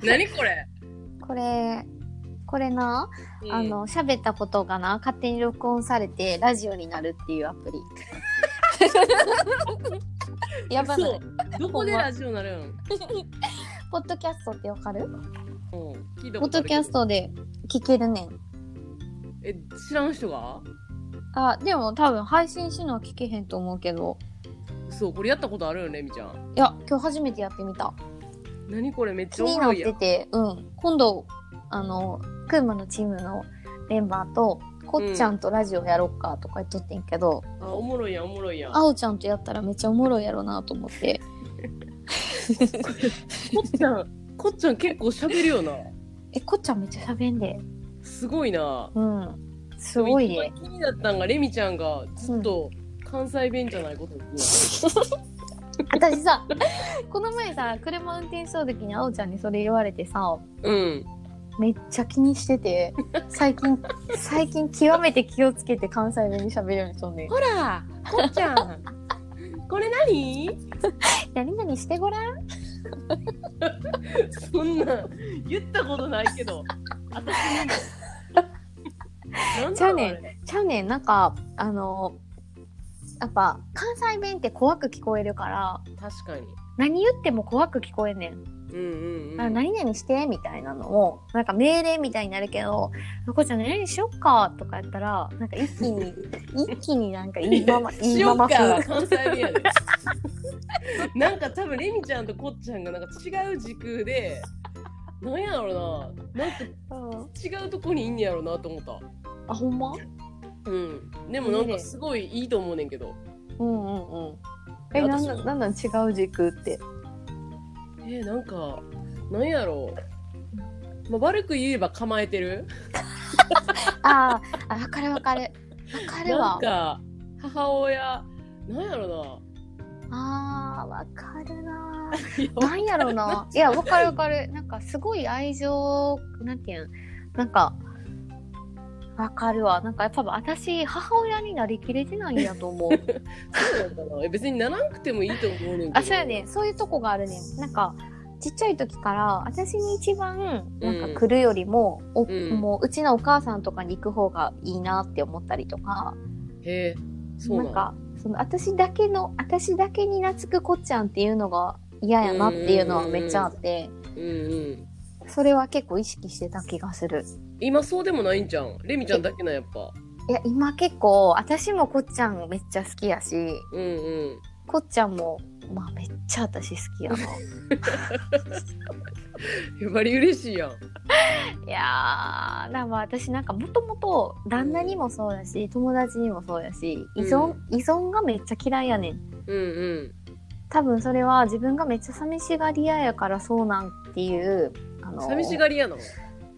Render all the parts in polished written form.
何これ。 これな、 うん、 喋ったことがな、勝手に録音されて、ラジオになるっていうアプリ。やばない。 どこでラジオなるん？ ポッドキャストってわかる？ うん、聞いたポッドキャストで聞けるねん。 知らん人が？ あ、でも多分配信しのは聞けへんと思うけど。 そう、これやったことあるよね、みちゃん。 いや、今日初めてやってみた。 何これ、めっち気になっゃおもろいやん。 てて、今度、クーマのチームのメンバーと、こっちゃんとラジオやろっかとか言っとってんけど、 あ、おもろいやん、おもろいやん。 あおちゃんとやったらめっちゃおもろいやろなと思って。 こっちゃん結構喋るよな。 こっちゃんめっちゃ喋んで。 すごいな。 すごいで。 一番気になったんが、レミちゃんがずっと関西弁じゃないこと言って私さ、この前さ、車運転した時にあおちゃんにそれ言われてさ、めっちゃ気にしてて、最近極めて気をつけて関西弁に喋るようにしとんねん。 ほら、こっちゃん。これ何？ 何々してごらん。 そんな言ったことないけど、私にも。 ちゃうねん、なんか、やっぱ関西弁って怖く聞こえるから、 確かに。 何言っても怖く聞こえんねん。何々してみたいなのをなんか命令みたいになるけど、こっちゃん何々しよっかとかやったらなんか一気になんかいいまましよっかは関西弁やで。なんか多分レミちゃんとこっちゃんがなんか違う時空で、なんやろな、なんか違うとこにいんねやろなと思った。 あ、ほんま？ でもなんかすごいいいと思うねんけど。 なんなん違う時空って。 なんか、なんやろう。まあ、悪く言えば構えてる。 わかるわ。 なんか、母親、なんやろわかるな。なんやろな。いや、わかる。なんかすごい愛情、なんていうん、なんか、わかるわ。なんか多分私、母親になりきれてないんやと思う。 そうなんかな。別にならなくてもいいと思うねんけど。 そうやねん。そういうとこがあるねん。なんか、ちっちゃい時から私に一番なんか来るよりも、もううちのお母さんとかに行く方がいいなって思ったりとか。 そうなんかその私だけに懐くこっちゃんっていうのが嫌やなっていうのはめっちゃあって、それは結構意識してた気がする。 今そうでもないんじゃん。レミちゃんだけなやっぱ。 いや今結構私もこっちゃんめっちゃ好きやし、こっちゃんもまあめっちゃ私好きやな。 やっぱり嬉しいやん。 いやー、だから私なんかもともと旦那にもそうだし、友達にもそうやし、依存がめっちゃ嫌いやねん。多分それは自分がめっちゃ寂しがり屋やからそうなんっていう。 寂しがり屋なの？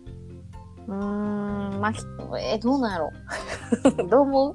まあ、どうなんやろ。どう思う？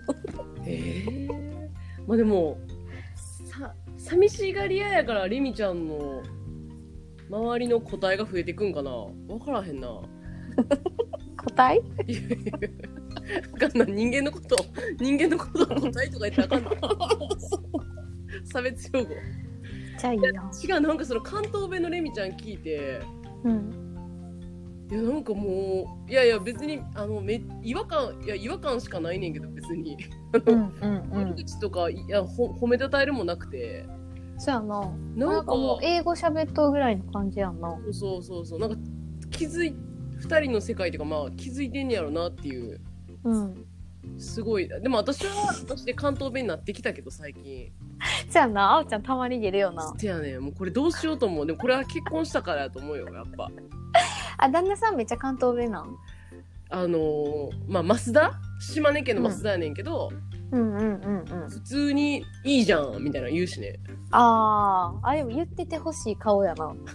まあでも寂しがり屋やからレミちゃんの周りの個体が増えていくんかな。分からへんな。 個体？ 分かんない。人間のことを個体とか言ったらあかんない。差別用語。 じゃあいいよ。 違う、なんかその関東弁のレミちゃん聞いて、いやなんかもういや別に違和感しかないねんけど、別に悪口とか褒めたたえるもなくて、 そうやな。なんかもう英語喋っとるぐらいの感じやんな。 そうなんか二人の世界というか、まあ気づいてんねやろなっていう。すごい。でも私は私で関東弁になってきたけど最近。 そうやな。あおちゃんたまに出るよな。 せやね。もうこれどうしようと思う。でもこれは結婚したからやと思うよ、やっぱ。 旦那さんめっちゃ関東弁なん？ まあ島根県の増田やねんけど、普通にいいじゃんみたいな言うしね。 でも言っててほしい顔やな。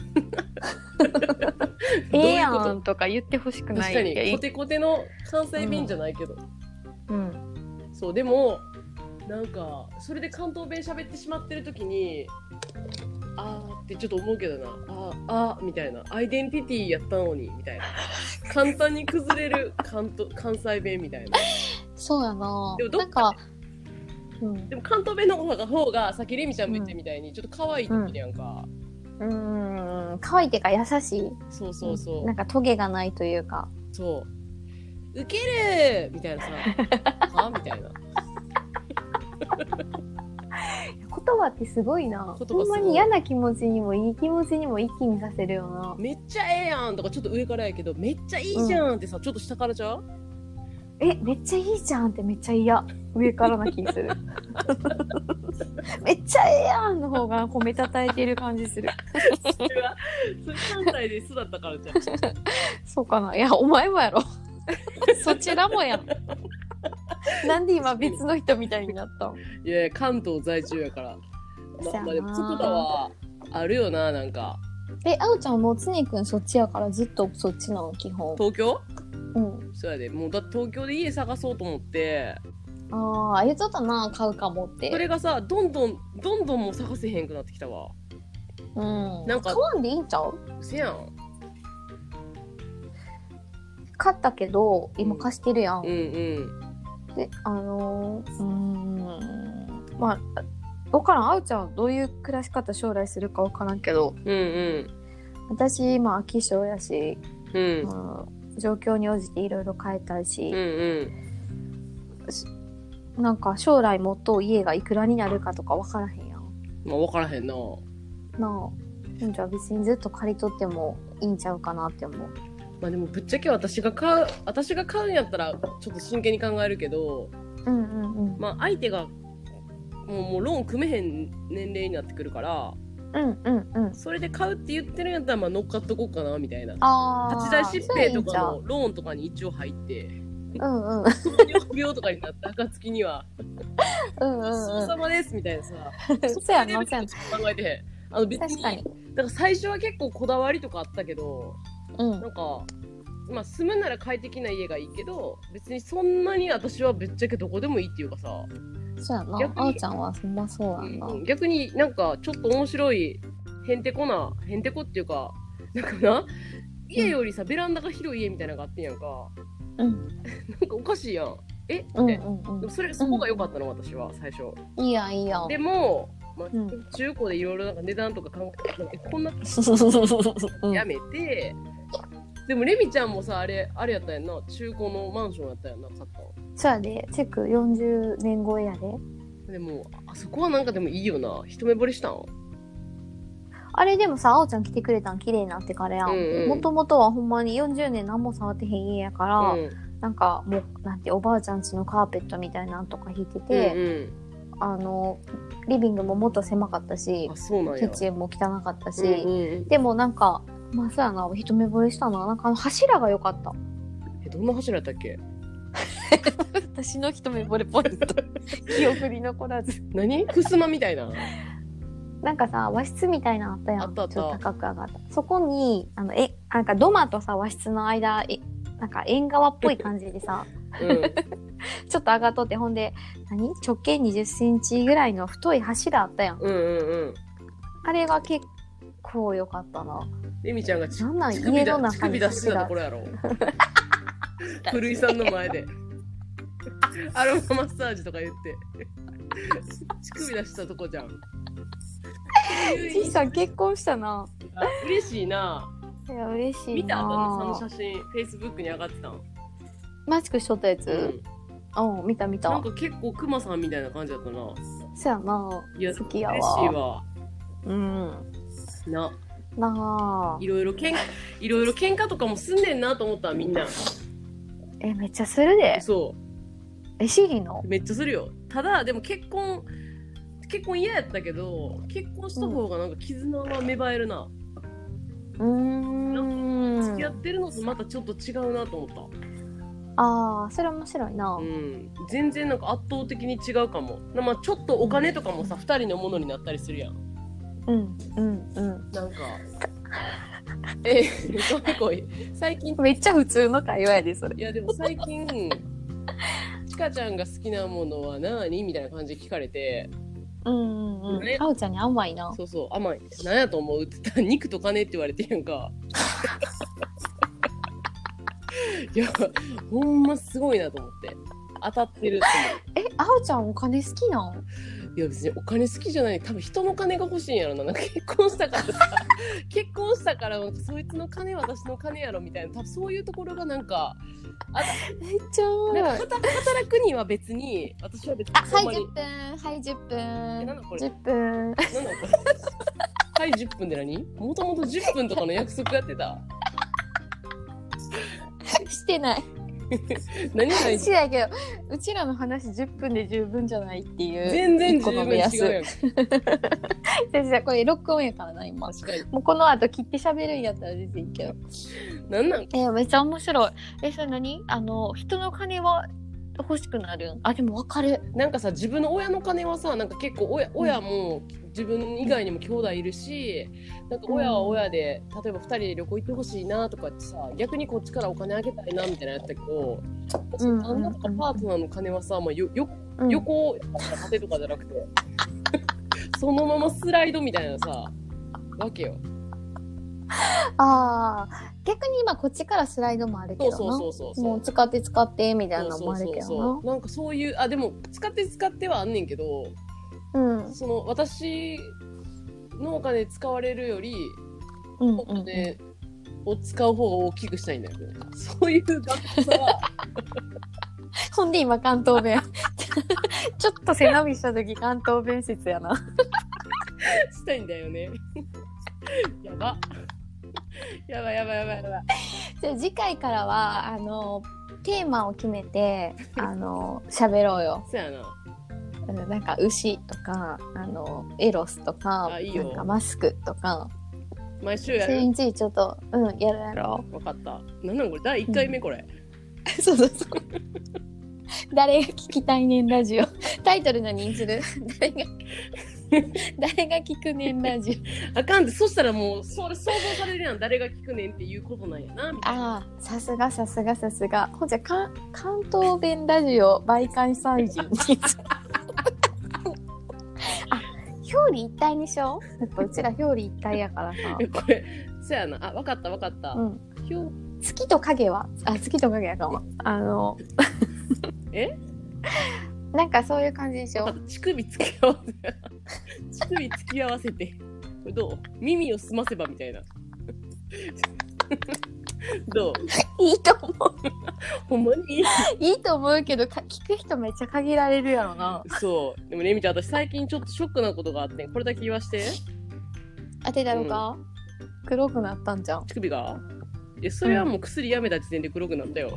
やんとか言ってほしくない。 確かにコテコテの関西弁じゃないけど。そう、でもなんかそれで関東弁喋ってしまってる時にってちょっと思うけどな。みたいな。アイデンティティやったのにみたいな。簡単に崩れる関西弁みたいな。 そうやな。 でもなんか、でも関東弁の方がさっきレミちゃんも言ってみたいにちょっと可愛い時やんか。 可愛いっていうか優しい。 そうそうそう。 なんかトゲがないというか。 そう。ウケるみたいなさ。はみたいな。 言葉ってすごいな。ほんまに嫌な気持ちにもいい気持ちにも一気にさせるよな。 めっちゃええやんとかちょっと上からやけど、めっちゃいいじゃんってさ、ちょっと下からちゃう？ めっちゃいいじゃんってめっちゃ嫌。上からな気する。めっちゃええやんの方が褒めたたえてる感じする。 それ関西で育ったからじゃん。 そうかな。いや、お前もやろ。そちらもやん。なんで今別の人みたいになったん？ いやいや、関東在住やから。まあでも、つくだはあるよな、なんか。 あおちゃんもうつねくんそっちやからずっとそっちなの、基本。 東京？ うん。 そうやで。もうだって東京で家探そうと思って。 ああ、言っとったな、買うかもって。 それがさ、どんどんもう探せへんくなってきたわ。 うん。 なんか買わんでいいんちゃう？ せやん。 買ったけど、今貸してるやん。 うんうん。 で、まあ、わからん。あうちゃんどういう暮らし方将来するかわからんけど、 うんうん。 私、今、飽き性やし、 うん。 状況に応じていろいろ変えたいし、 うんうん。 なんか将来もっと家がいくらになるかとかわからへんやん。 まあ分からへんな。 なあ。じゃあ別にずっと借り取ってもいいんちゃうかなって思う。 まあでもぶっちゃけ私が買うんやったらちょっと真剣に考えるけど、 うんうんうん。 まあ相手がもうローン組めへん年齢になってくるから、 うんうんうん。 それで買うって言ってるんやったらまあ乗っかっとこうかなみたいな。 ああ。 八大疾病とかのローンとかに一応入って、 うんうん。 病とかになった暁には、 うんうんうん。 そうさまですみたいなさ。 そうやな、そうやな。 考えてへん。別に確かに。 だから最初は結構こだわりとかあったけど、なんか、まあ住むなら快適な家がいいけど、別にそんなに私はぶっちゃけどこでもいいっていうかさ。 そうやな。あおちゃんはそんなそうやんな。 逆になんかちょっと面白いへんてこっていうか、なんかな、家よりさ、ベランダが広い家みたいなのがあってんやんか。なんかおかしいやん。みたいな。でもそこが良かったの、私は最初。 いいやんいいやん。 でも、まあ中古でいろいろなんか値段とか考えて、こんなやめて。でもレミちゃんもさ、あれやったやんな、中古のマンションやったやんな、買ったの。 そうやで、チェック40年超えやで。 でもあそこはなんかでもいいよな。一目惚れしたん？ あれでもさ、あおちゃん来てくれたん綺麗になってからやん。もともとはほんまに40年何も触ってへん家やから、なんかもうなんておばあちゃん家のカーペットみたいなのとか引いてて、リビングももっと狭かったし、キッチンも汚かったし、でもなんかまあそうやな、一目惚れしたな。なんか柱が良かった。 どんな柱やったっけ？ 私の一目惚れポイント。記憶に残らず。 何？襖みたいな。 なんかさ、和室みたいなのあったやん。 あったあった。 ちょっと高く上がった。そこに、なんか土間とさ、和室の間、なんか縁側っぽい感じでさ、ちょっと上がっとって、ほんで、直径20センチぐらいの太い柱あったやん。あれが結構良かったな。 レミちゃんがなんなん家の中に乳首出してたところやろ。古井さんの前で。アロママッサージとか言って。乳首出したとこじゃん。 ちいさん結婚したな。 嬉しいな。 いや、嬉しいな。 見た旦那さんの写真、Facebook に上がってたん。 マスクしとったやつ？見た。 なんか結構クマさんみたいな感じだったな。 そやな。好きやわ。 嬉しいわ。 なあ。 いろいろ喧嘩とかもすんねんなと思ったみんな。 めっちゃするで。 そう。 しいの？ めっちゃするよ。ただでも結婚嫌やったけど、結婚した方がなんか絆は芽生えるな。付き合ってるのとまたちょっと違うなと思った。 ああ、それ面白いな。 全然なんか圧倒的に違うかも。まあちょっとお金とかもさ、2人のものになったりするやん。なんか最近めっちゃ普通の会話やでそれ。 いやでも最近ちかちゃんが好きなものは何みたいな感じで聞かれて、 あおちゃんに甘いな。 そう甘い。何やと思うって言ったら肉と金って言われてんやんか。いやほんますごいなと思って。当たってるって。 あおちゃんお金好きなん？ いや別にお金好きじゃない、多分人の金が欲しいんやろな。なんか結婚したからさ結婚したからなんかそいつの金私の金やろみたいな、多分そういうところがなんかめっちゃおもろい。 働くには別に私は別にはい10分はい10分なんだこれ 10分なんだこれはい10分で何、もともと10分とかの約束やってたしてない何ないしてないけど、うちらの話10分で十分じゃないっていう全然一個十分の目安。 違うやん。 じゃあこれ録音やからな今。 確かに。 もうこの後切って喋るんやったら全然いいけど。 なんなんめっちゃ面白い。それ何？人の金は欲しくなるん？あ、でも分かる。 なんかさ、自分の親の金はさ、なんか結構親も自分以外にも兄弟いるし、なんか親は親で、例えば2人で旅行行ってほしいなとかってさ、逆にこっちからお金あげたいなみたいなやったけど、旦那とかパートナーの金はさ、まあ、横縦とかじゃなくてそのままスライドみたいなさわけよ。 ああ、逆に今こっちからスライドもあるけどな。 そうもう使ってみたいなのもあるけどな。 なんかそういうでも使ってはあんねんけど、その私のお金使われるより、お金を使う方が大きくしたいんだよね。そういう頑固さはほんで今関東弁ちょっと背伸びした時関東弁説やなしたいんだよねやばじゃあ次回からはテーマを決めて喋ろうよ。 そうやな。 なんか牛とかエロスとか、 いいよ、 なんかマスクとか毎週やる。 それについてちょっとやろう。分かった。なんこれ第1回目これ。 そう誰が聞きたいねんラジオタイトル何にする？誰が聞くねんラジオ。あかんで、そしたらもうそれ想像されるやん、誰が聞くねんっていうことなんやなみたいな。 さすがほんじゃ関東弁ラジオ倍関西人表裏一体にしよう。やっぱうちら表裏一体やからさこれそうやな。分かった、 月と影は月と影やかもなんかそういう感じでしょ。 乳首突き合わせてこれどう？耳を澄ませばみたいなどう？ いいと思うほんまにいいと思うけど聞く人めっちゃ限られるやろな。 そうでもね、みちゃん、私最近ちょっとショックなことがあってん。これだけ言わして当てたのか、黒くなったんじゃん乳首が。それはもう薬やめた時点で黒くなったよ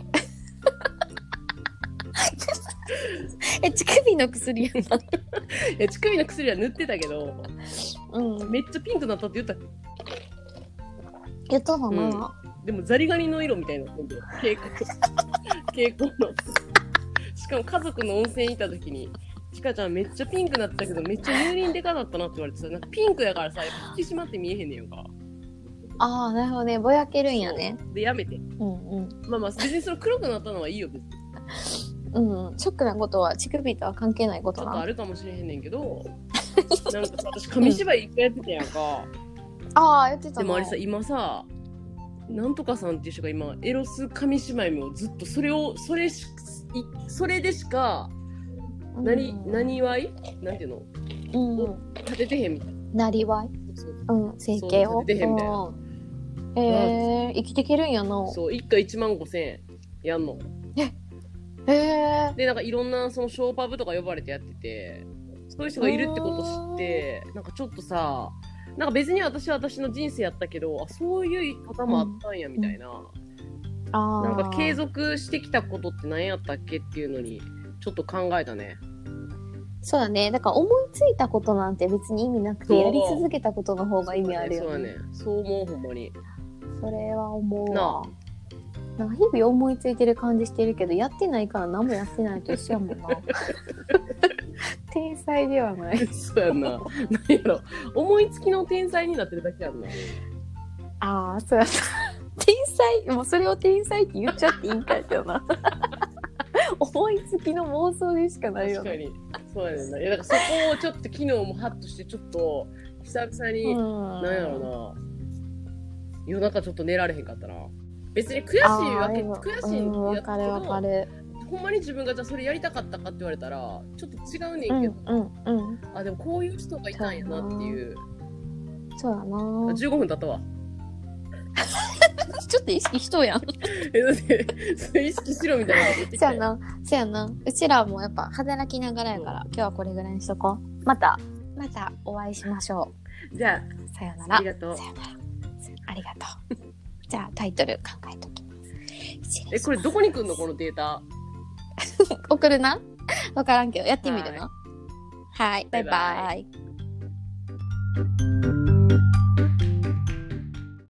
乳首の薬やんな乳首の薬は塗ってたけど、めっちゃピンクなったって言った言ったかな、 でもザリガニの色みたいになってんだよ、蛍光のしかも家族の温泉行った時にちかちゃんめっちゃピンクなったけどめっちゃ乳輪でかだったなって言われてさ、なんかピンクやからさ、やっぱ引き締まって見えへんねんか。 なるほどね、ぼやけるんやね。 でやめて、まあ別にその黒くなったのはいいよ別に。 ショックなことは乳首とは関係ないことな。 ちょっとあるかもしれへんねんけどなんかさ、私紙芝居一回やってたやんか。 やってたの。 でもあれさ、今さ、なんとかさんっていう人が今エロス紙芝居をずっとそれでしか何わいなんていうの、立ててへんみたいな。 なりわい、整形を立ててへんみたいな。 生きていけるんやな。 そう、1回15,000円やんの。でなんかいろんなそのショーパブとか呼ばれてやってて、そういう人がいるってこと知って、なんかちょっとさ、なんか別に私は私の人生やったけど、そういう方もあったんやみたいな、なんか継続してきたことって何やったっけっていうのにちょっと考えたね。 そうだね。だから思いついたことなんて別に意味なくて、やり続けたことの方が意味あるよね。 そうだね。そう思う、ほんまに。 それは思うわ。なんか日々思いついてる感じしてるけど、やってないから何もやってないと一緒やもんな。天才ではない。 そうやんな。何やろ。思いつきの天才になってるだけやんな。 そうやった。天才、もうそれを天才って言っちゃっていいんだけどな。思いつきの妄想でしかないよね。 確かに。そうやねんな。だからそこをちょっと昨日もハッとして、ちょっと久々に、なんやろな。夜中ちょっと寝られへんかったな。別に悔しいわけ、悔しいんやけど、 わかる。 ほんまに自分がじゃあそれやりたかったかって言われたらちょっと違うねんけど、あでもこういう人がいたんやなっていう。 そうやな。 15分経ったわ。 ちょっと意識しとうやん。 だってそれ意識しろみたいなこと言ってきた。 そうやな。うちらもやっぱ働きながらやから、今日はこれぐらいにしとこう。またお会いしましょう。じゃあさよなら。 ありがとう。 さよなら。ありがとう。じゃあタイトル考えときます。 これどこに来んのこのデータ。 送るな。わからんけどやってみるな。はい。バイバイ。